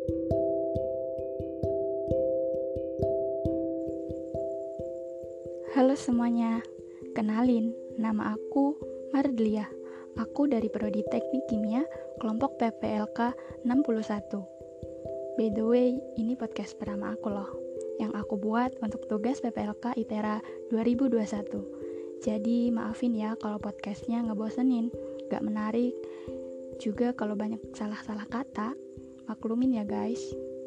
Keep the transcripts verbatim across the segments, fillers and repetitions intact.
Halo semuanya, kenalin, nama aku Mardlia. Aku dari Prodi Teknik Kimia, kelompok P P L K enam puluh satu. By the way, ini podcast pertama aku loh, yang aku buat untuk tugas P P L K ITERA dua ribu dua puluh satu. Jadi maafin ya kalau podcastnya ngebosenin, gak menarik, juga kalau banyak salah-salah kata, maklumin ya guys.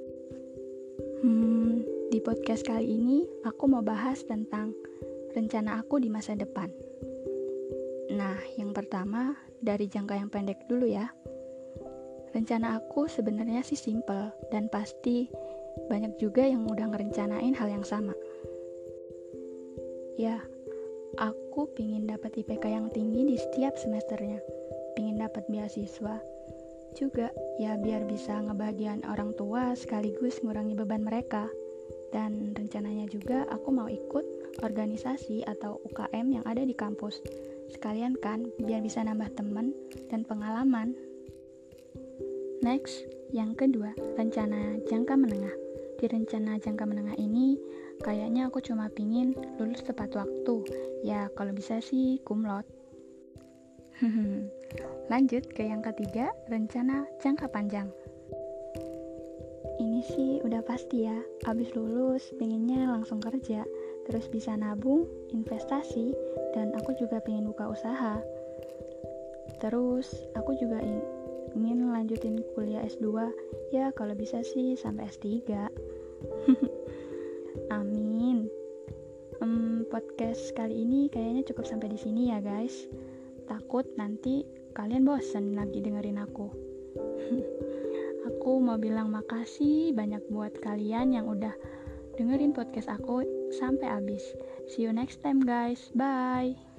Hmm, di podcast kali ini aku mau bahas tentang rencana aku di masa depan. Nah, yang pertama dari jangka yang pendek dulu ya. Rencana aku sebenarnya sih simple dan pasti banyak juga yang udah ngerencanain hal yang sama. Ya, aku pingin dapat I P K yang tinggi di setiap semesternya. Pingin dapat beasiswa. Juga ya biar bisa ngebahagiain orang tua sekaligus ngurangi beban mereka. Dan rencananya juga aku mau ikut organisasi atau U K M yang ada di kampus. Sekalian kan biar bisa nambah teman dan pengalaman. Next, yang kedua, rencana jangka menengah. Di rencana jangka menengah ini, kayaknya aku cuma pingin lulus tepat waktu. Ya, kalau bisa sih cum laude. Lanjut ke yang ketiga, rencana jangka panjang. Ini sih udah pasti ya, abis lulus pengennya langsung kerja, terus bisa nabung, investasi, dan aku juga pengen buka usaha. Terus aku juga ingin lanjutin kuliah S dua, ya kalau bisa sih sampai S tiga. Amin. Hmm, podcast kali ini kayaknya cukup sampai di sini ya guys. Takut nanti kalian bosen lagi dengerin aku. Aku mau bilang makasih banyak buat kalian yang udah dengerin podcast aku sampai habis. See you next time guys. Bye.